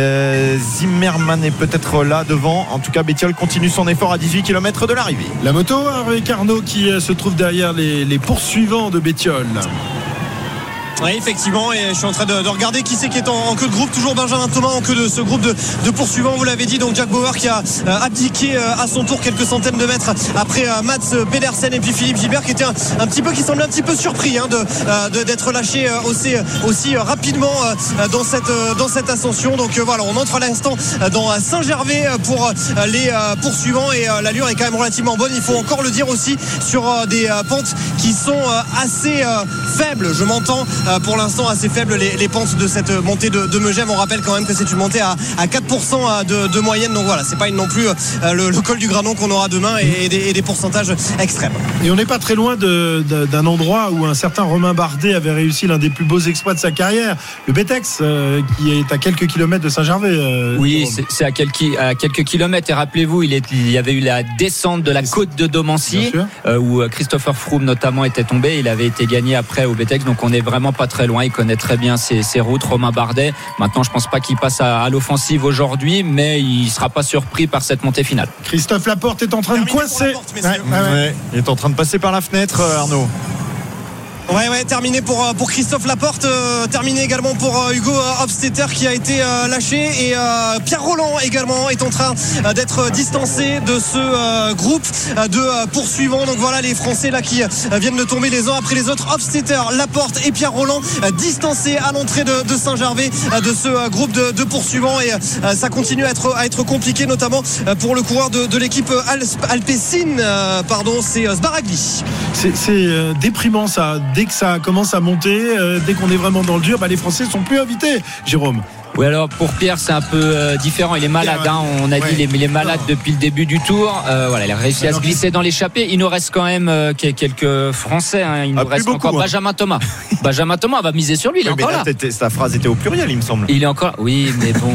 Zimmerman est peut-être là devant. En tout cas, Bettiol continue son effort à 18 km de l'arrivée.
La moto avec Arnaud qui se trouve derrière les poursuivants de Bettiol.
Oui, effectivement, et je suis en train de regarder qui c'est qui est en queue de groupe. Toujours Benjamin Thomas en queue de ce groupe de poursuivants, vous l'avez dit. Donc Jack Bauer qui a abdiqué à son tour quelques centaines de mètres après Mats Pedersen et puis Philippe Gilbert qui était qui semblait un petit peu surpris d'être lâché aussi rapidement dans cette ascension. Donc voilà, on entre à l'instant dans Saint-Gervais pour les poursuivants et l'allure est quand même relativement bonne. Il faut encore le dire aussi sur des pentes qui sont assez faibles. Je m'entends. Pour l'instant assez faibles les pentes de cette montée de Megève. On rappelle quand même que c'est une montée à 4% de moyenne, donc voilà, c'est pas non plus le col du Granon qu'on aura demain et des pourcentages extrêmes.
Et on n'est pas très loin d'un endroit où un certain Romain Bardet avait réussi l'un des plus beaux exploits de sa carrière, le Betex, qui est à quelques kilomètres de Saint-Gervais.
Oui, c'est à quelques kilomètres, et rappelez-vous, il y avait eu la descente de la côte de Domancy où Christopher Froome notamment était tombé. Il avait été gagné après au Betex, donc on est vraiment pas très loin. Il connaît très bien ses routes, Romain Bardet. Maintenant, je pense pas qu'il passe à l'offensive aujourd'hui, mais il sera pas surpris par cette montée finale.
Christophe Laporte est en train de coincer.
Il est en train de passer par la fenêtre, Arnaud.
Ouais, terminé pour Christophe Laporte, terminé également pour Hugo Hofstetter qui a été lâché, et Pierre Rolland également est en train d'être distancé de ce groupe de poursuivants. Donc voilà les Français là qui viennent de tomber les uns après les autres. Hofstetter, Laporte et Pierre Rolland distancés à l'entrée de Saint-Gervais de ce groupe de poursuivants, et ça continue à être compliqué, notamment pour le coureur de l'équipe Alpecin, c'est Sbaragli.
C'est déprimant ça. Dès que ça commence à monter, dès qu'on est vraiment dans le dur, les Français sont plus invités, Jérôme.
Oui, alors pour Pierre c'est un peu différent, il est malade, on a dit il est malade depuis le début du tour, il a réussi à se glisser dans l'échappée. Il nous reste quand même quelques Français, il nous reste encore Benjamin Thomas. Benjamin Thomas, on va miser sur lui, il est encore là.
Sa phrase était au pluriel, il me semble.
Il est encore, oui,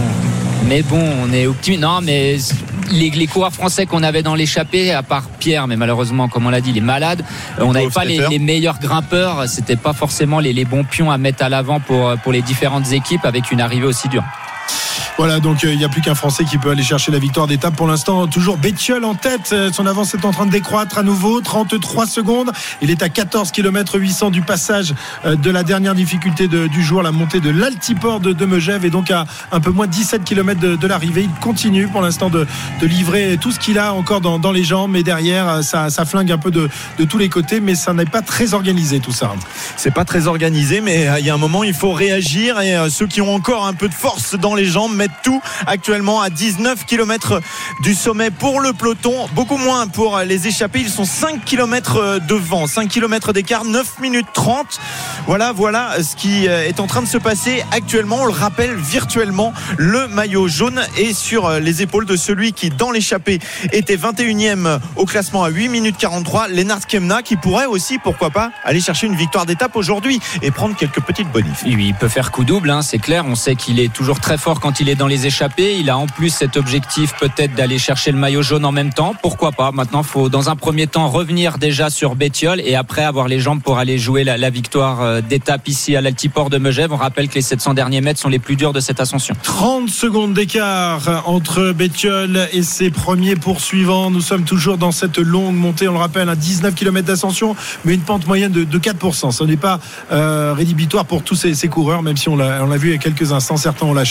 mais bon, on est optimiste. Non, mais les coureurs français qu'on avait dans l'échappée, à part Pierre, mais malheureusement, comme on l'a dit, il est malade. On n'avait pas les meilleurs grimpeurs. C'était pas forcément les bons pions à mettre à l'avant pour les différentes équipes avec une arrivée aussi dure.
Voilà, donc il n'y a plus qu'un Français qui peut aller chercher la victoire d'étape. Pour l'instant, toujours Bettiol en tête. Son avance est en train de décroître à nouveau. 33 secondes. Il est à 14 km 800 du passage de la dernière difficulté du jour, la montée de l'altiport de Megève, et donc à un peu moins de 17 km de l'arrivée. Il continue pour l'instant de livrer tout ce qu'il a encore dans les jambes, mais derrière, ça flingue un peu de tous les côtés, mais ça n'est pas très organisé tout ça.
C'est pas très organisé, mais il y a un moment, il faut réagir, et ceux qui ont encore un peu de force dans les jambes mettent tout actuellement à 19 km du sommet pour le peloton, beaucoup moins pour les échappés. Ils sont 5 km devant, 5 km d'écart, 9 minutes 30. Voilà ce qui est en train de se passer actuellement. On le rappelle virtuellement, le maillot jaune est sur les épaules de celui qui dans l'échappée était 21e au classement à 8 minutes 43, Lennart Kemna, qui pourrait aussi, pourquoi pas, aller chercher une victoire d'étape aujourd'hui et prendre quelques petites bonifs.
Oui, il peut faire coup double, c'est clair. On sait qu'il est toujours très fort quand il est dans les échappées. Il a en plus cet objectif peut-être d'aller chercher le maillot jaune en même temps. Pourquoi pas? Maintenant, il faut dans un premier temps revenir déjà sur Bettiol et après avoir les jambes pour aller jouer la victoire d'étape ici à l'altiport de Megève. On rappelle que les 700 derniers mètres sont les plus durs de cette ascension.
30 secondes d'écart entre Bettiol et ses premiers poursuivants. Nous sommes toujours dans cette longue montée, on le rappelle, à 19 km d'ascension, mais une pente moyenne de 4%. Ce n'est pas rédhibitoire pour tous ces coureurs, même si on l'a vu il y a quelques instants, certains ont lâché et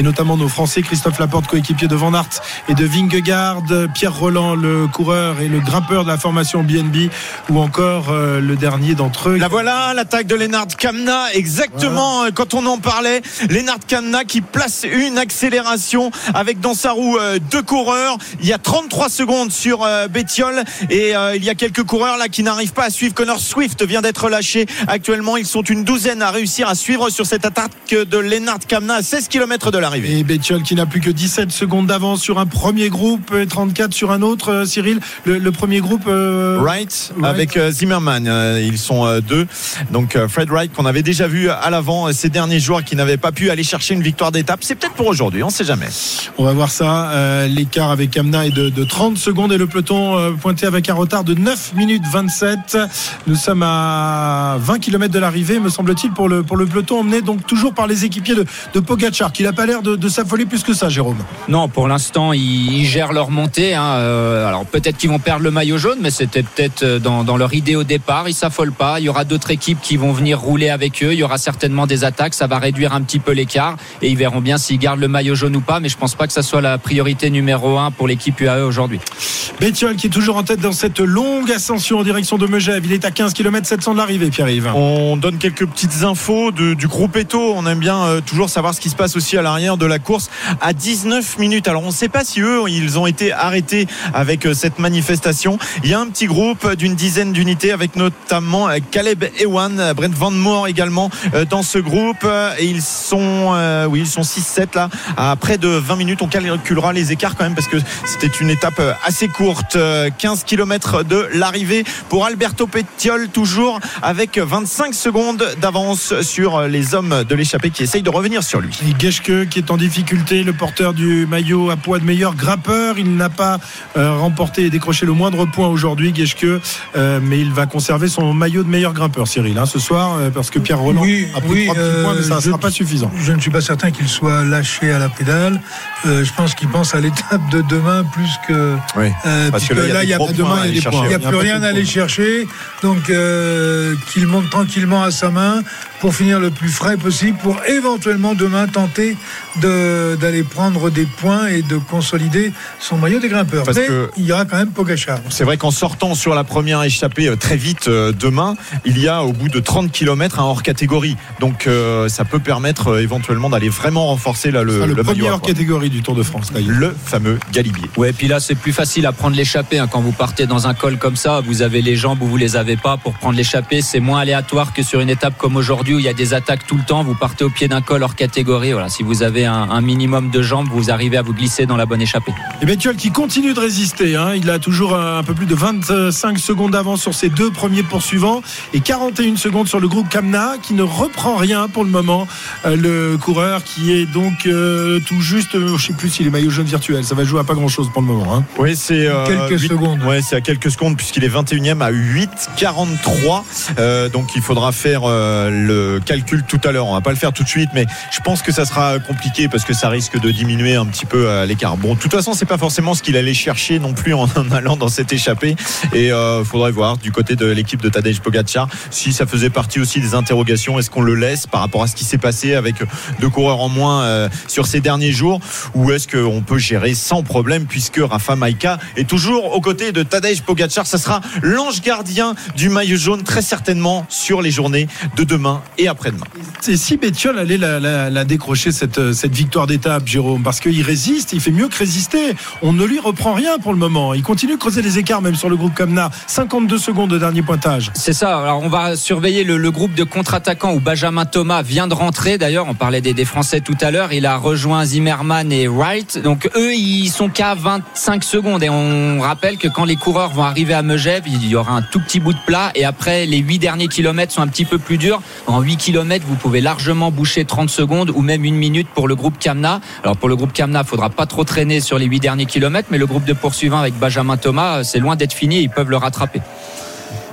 et notamment nos Français Christophe Laporte, coéquipier de Van Aert et de Vingegaard, Pierre Roland, le coureur et le grimpeur de la formation BNB, ou encore le dernier d'entre eux.
La voilà, l'attaque de Lennart Kämna, exactement. Voilà. Quand on en parlait, Lennart Kämna qui place une accélération avec dans sa roue deux coureurs. Il y a 33 secondes sur Bettiol et il y a quelques coureurs là qui n'arrivent pas à suivre. Connor Swift vient d'être lâché actuellement. Ils sont une douzaine à réussir à suivre sur cette attaque de Lennart Kämna à 16 km de l'arrivée.
Et Bettiol qui n'a plus que 17 secondes d'avance sur un premier groupe et 34 sur un autre. Cyril, le premier groupe
Wright avec Zimmerman, ils sont deux. Donc Fred Wright qu'on avait déjà vu à l'avant ces derniers jours, qui n'avait pas pu aller chercher une victoire d'étape. C'est peut-être pour aujourd'hui, on ne sait jamais.
On va voir ça. L'écart avec Kämna est de 30 secondes et le peloton pointé avec un retard de 9 minutes 27. Nous sommes à 20 km de l'arrivée, me semble-t-il, pour le peloton emmené donc toujours par les équipiers de Pogačar, qui n'a pas l'air de s'affoler plus que ça, Jérôme.
Non, pour l'instant ils gèrent leur montée, hein. Alors peut-être qu'ils vont perdre le maillot jaune, mais c'était peut-être dans leur idée au départ. Ils s'affolent pas, il y aura d'autres équipes qui vont venir rouler avec eux, il y aura certainement des attaques, ça va réduire un petit peu l'écart et ils verront bien s'ils gardent le maillot jaune ou pas, mais je pense pas que ça soit la priorité numéro 1 pour l'équipe UAE aujourd'hui.
Bettiol qui est toujours en tête dans cette longue ascension en direction de Megève, il est à 15 km 700 de l'arrivée, Pierre-Yves.
On donne quelques petites infos du groupe Eto. On aime bien toujours savoir ce qui se passe aussi à l'arrière de la course à 19 minutes. Alors on ne sait pas si eux ils ont été arrêtés avec cette manifestation. Il y a un petit groupe d'une dizaine d'unités avec notamment Caleb Ewan, Brent Van Moor également dans ce groupe, et ils sont 6-7 là à près de 20 minutes. On calculera les écarts quand même parce que c'était une étape assez courte. 15 km de l'arrivée pour Alberto Bettiol, toujours avec 25 secondes d'avance sur les hommes de l'échappée qui essayent de revenir sur lui.
Et Geschke qui est en difficulté, le porteur du maillot à poids de meilleur grimpeur. Il n'a pas remporté et décroché le moindre point aujourd'hui, Geschke, mais il va conserver son maillot de meilleur grimpeur, Cyril, ce soir, parce que Pierre Roland a pris 3 petits points, mais ça ne sera pas suffisant.
Je ne suis pas certain qu'il soit lâché à la pédale. Je pense qu'il pense à l'étape de demain plus que...
Oui, parce que là, il y a
des points. Il n'y a plus rien à aller chercher. Donc, qu'il monte tranquillement à sa main pour finir le plus frais possible, pour éventuellement demain tenter d'aller prendre des points et de consolider son maillot des grimpeurs. Mais il y aura quand même Pogačar.
C'est vrai qu'en sortant sur la première échappée très vite demain, il y a au bout de 30 km un hors catégorie. Donc ça peut permettre éventuellement d'aller vraiment renforcer là, le
premier hors catégorie du Tour de France d'ailleurs.
Le fameux Galibier.
Ouais, puis là c'est plus facile à prendre l'échappée, hein. Quand vous partez dans un col comme ça, vous avez les jambes ou vous les avez pas. Pour prendre l'échappée, c'est moins aléatoire que sur une étape comme aujourd'hui où il y a des attaques tout le temps. Vous partez au pied d'un col hors catégorie. Voilà, si vous avez un minimum de jambes, vous arrivez à vous glisser dans la bonne échappée.
Et Bettiol qui continue de résister, il a toujours un peu plus de 25 secondes d'avance sur ses deux premiers poursuivants et 41 secondes sur le groupe Kämna qui ne reprend rien pour le moment. Le coureur qui est donc tout juste, je ne sais plus s'il est maillot jaune virtuel, ça va jouer à pas grand chose pour le moment.
Oui, c'est
quelques secondes.
Ouais, c'est à quelques secondes puisqu'il est 21e à 8,43. Donc il faudra faire le calcul tout à l'heure. On va pas le faire tout de suite, mais je pense que ça sera compliqué parce que ça risque de diminuer un petit peu l'écart. Bon, de toute façon, c'est pas forcément ce qu'il allait chercher non plus en allant dans cette échappée. Et faudrait voir du côté de l'équipe de Tadej Pogačar si ça faisait partie aussi des interrogations. Est-ce qu'on le laisse par rapport à ce qui s'est passé avec deux coureurs en moins sur ces derniers jours, ou est-ce qu'on peut gérer sans problème puisque Rafa Majka est toujours aux côtés de Tadej Pogačar. Ça sera l'ange gardien du maillot jaune très certainement sur les journées de demain et après-demain.
Et si Bettiol allait la décrocher cette victoire d'étape, Jérôme, parce qu'il résiste, il fait mieux que résister. On ne lui reprend rien pour le moment. Il continue de creuser les écarts même sur le groupe Kämna. 52 secondes de dernier pointage.
C'est ça. Alors on va surveiller le groupe de contre-attaquants où Benjamin Thomas vient de rentrer. D'ailleurs, on parlait des Français tout à l'heure. Il a rejoint Zimmerman et Wright. Donc eux, ils sont qu'à 25 secondes. Et on rappelle que quand les coureurs vont arriver à Megève, il y aura un tout petit bout de plat. Et après, les 8 derniers kilomètres sont un petit peu plus durs. En 8 kilomètres, vous pouvez largement boucher 30 secondes ou même 1 minute pour le groupe Kämna. Alors pour le groupe Kämna, il ne faudra pas trop traîner sur les 8 derniers kilomètres, mais le groupe de poursuivants avec Benjamin Thomas, c'est loin d'être fini, ils peuvent le rattraper.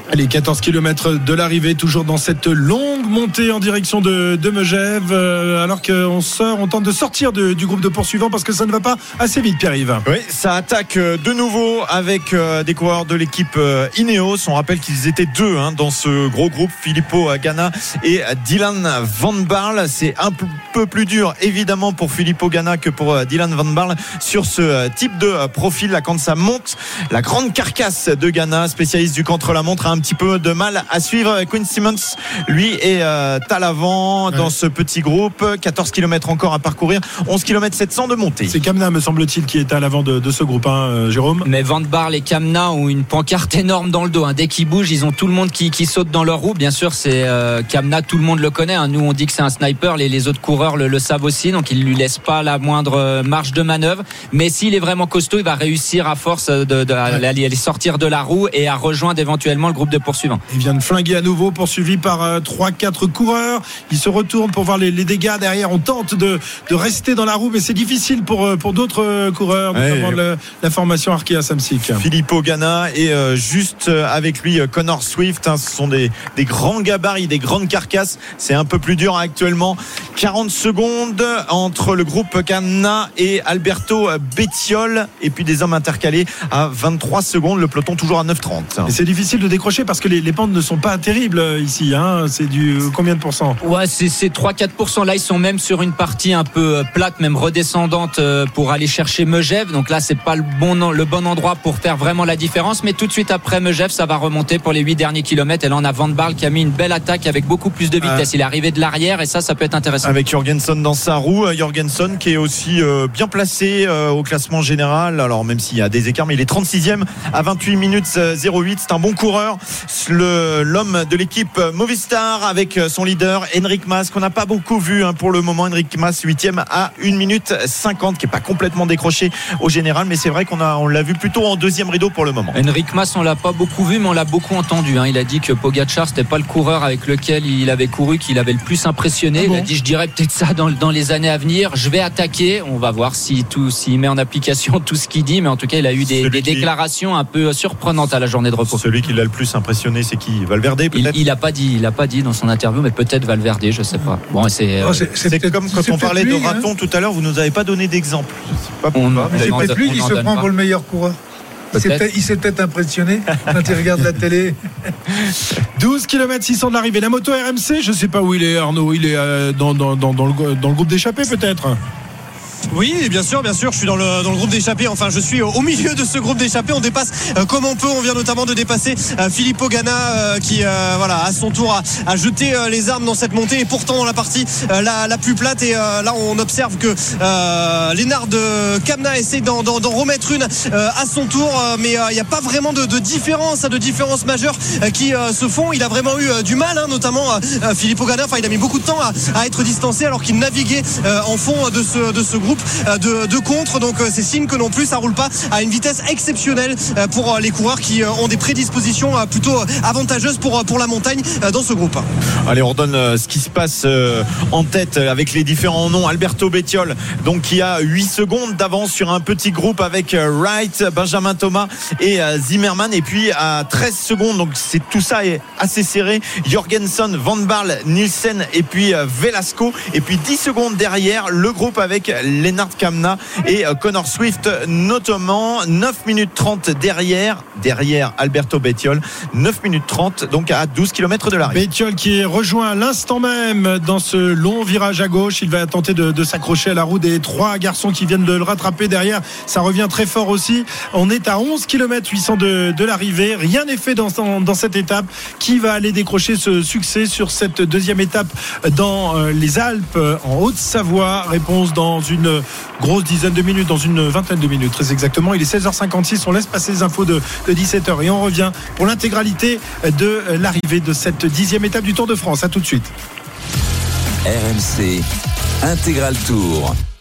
Allez, 14 km de l'arrivée, toujours dans cette longue montée en direction de Megève, alors on tente de sortir du groupe de poursuivants parce que ça ne va pas assez vite, Pierre-Yves.
Oui, ça attaque de nouveau avec des coureurs de l'équipe Ineos. On rappelle qu'ils étaient deux dans ce gros groupe, Filippo Ganna et Dylan Van Baarle. C'est un peu plus dur évidemment pour Filippo Ganna que pour Dylan Van Baarle sur ce type de profil là, quand ça monte. La grande carcasse de Ganna, spécialiste du contre-la-montre, a un petit peu de mal à suivre. Quinn Simmons lui est à l'avant dans ce petit groupe. 14 km encore à parcourir, 11 km 700 de montée.
C'est Kamna, me semble-t-il, qui est à l'avant de ce groupe, Jérôme.
Mais Van Baarle et Kamna ont une pancarte énorme dans le dos. Dès qu'ils bougent, ils ont tout le monde qui saute dans leur roue. Bien sûr, c'est Kamna, tout le monde le connaît. Nous, on dit que c'est un sniper. Les autres coureurs le savent aussi, donc ils lui laissent pas la moindre marge de manœuvre. Mais s'il est vraiment costaud, il va réussir à force d'aller sortir de la roue et à rejoindre éventuellement le groupe de poursuivants.
Il vient de flinguer à nouveau, poursuivi par 3-4 coureurs. Il se retourne pour voir les dégâts derrière. On tente de rester dans la roue, mais c'est difficile pour d'autres coureurs, notamment la formation Arkea Samsic.
Filippo Ganna et juste avec lui Connor Swift. Ce sont des grands gabarits, des grandes carcasses. C'est un peu plus dur actuellement. 40 secondes entre le groupe Ganna et Alberto Bettiol, et puis des hommes intercalés à 23 secondes. Le peloton toujours à 9,30.
Et c'est difficile de décrocher parce que les pentes ne sont pas terribles ici. C'est du combien de pourcents?
Ouais, c'est 3-4%. Là, ils sont même sur une partie un peu plate, même redescendante pour aller chercher Megève. Donc là, c'est pas le bon endroit pour faire vraiment la différence. Mais tout de suite après Megève, ça va remonter pour les 8 derniers kilomètres. Et là, on a Van Baarle qui a mis une belle attaque avec beaucoup plus de vitesse. Il est arrivé de l'arrière et ça peut être intéressant.
Avec Jorgensen dans sa roue. Jorgensen qui est aussi bien placé au classement général. Alors même s'il y a des écarts, mais il est 36e à 28 minutes 08. C'est un bon coureur. L'homme de l'équipe Movistar avec son leader Enric Mas, qu'on n'a pas beaucoup vu pour le moment. Enric Mas 8e à 1 minute 50, qui n'est pas complètement décroché au général, mais c'est vrai qu'on l'a vu plutôt en deuxième rideau pour le moment.
Enric Mas, on l'a pas beaucoup vu, mais on l'a beaucoup entendu. Il a dit que Pogacar, c'était pas le coureur avec lequel il avait couru qu'il avait le plus impressionné. Il a dit, je dirais peut-être ça dans les années à venir, je vais attaquer. On va voir s'il met en application tout ce qu'il dit, mais en tout cas il a eu des déclarations un peu surprenantes à la journée de repos.
Celui qui l'a le plus impressionné, c'est qui? Valverde peut-être?
Il a pas dit dans son interview, mais peut-être Valverde, je sais pas. Bon, c'est
comme quand on parlait de Raton tout à l'heure, vous nous avez pas donné d'exemple. Je sais pas pourquoi.
C'est peut-être lui qui se prend pour le meilleur coureur. Il s'est peut-être impressionné quand il regarde la télé.
12 km 600 de l'arrivée. La moto RMC, je sais pas où il est, Arnaud. Il est dans le groupe d'échappée peut-être.
Oui, bien sûr, je suis dans le groupe d'échappée. Enfin, je suis au milieu de ce groupe d'échappée. On dépasse comme on peut. On vient notamment de dépasser Filippo Ganna qui à son tour a jeté les armes dans cette montée, et pourtant dans la partie la plus plate. Et là, on observe que Lennard Kamna essaie d'en remettre une à son tour, mais il n'y a pas vraiment de différence majeure qui se font. Il a vraiment eu du mal, notamment Filippo Ganna. Enfin, il a mis beaucoup de temps à être distancé alors qu'il naviguait en fond de ce groupe de contre. Donc c'est signe que non plus ça roule pas à une vitesse exceptionnelle pour les coureurs qui ont des prédispositions plutôt avantageuses pour la montagne dans ce groupe.
Allez, on redonne ce qui se passe en tête avec les différents noms. Alberto Bettiol, donc qui a 8 secondes d'avance sur un petit groupe avec Wright, Benjamin Thomas et Zimmermann, et puis à 13 secondes, donc tout ça est assez serré, Jorgensen, Van Baarle, Nielsen et puis Velasco, et puis 10 secondes derrière le groupe avec Lennard Kamna et Connor Swift, notamment 9 minutes 30 derrière Alberto Bettiol, 9 minutes 30 donc à 12 km de l'arrivée.
Bettiol qui est rejoint à l'instant même dans ce long virage à gauche. Il va tenter de s'accrocher à la roue des 3 garçons qui viennent de le rattraper derrière. Ça revient très fort aussi. On est à 11 km 800 de l'arrivée. Rien n'est fait dans cette étape. Qui va aller décrocher ce succès sur cette deuxième étape dans les Alpes en Haute-Savoie? Réponse dans une grosse dizaine de minutes, dans une vingtaine de minutes très exactement. Il est 16h56, on laisse passer les infos de 17h et on revient pour l'intégralité de l'arrivée de cette 10e étape du Tour de France. À tout de suite.
RMC Intégral Tour.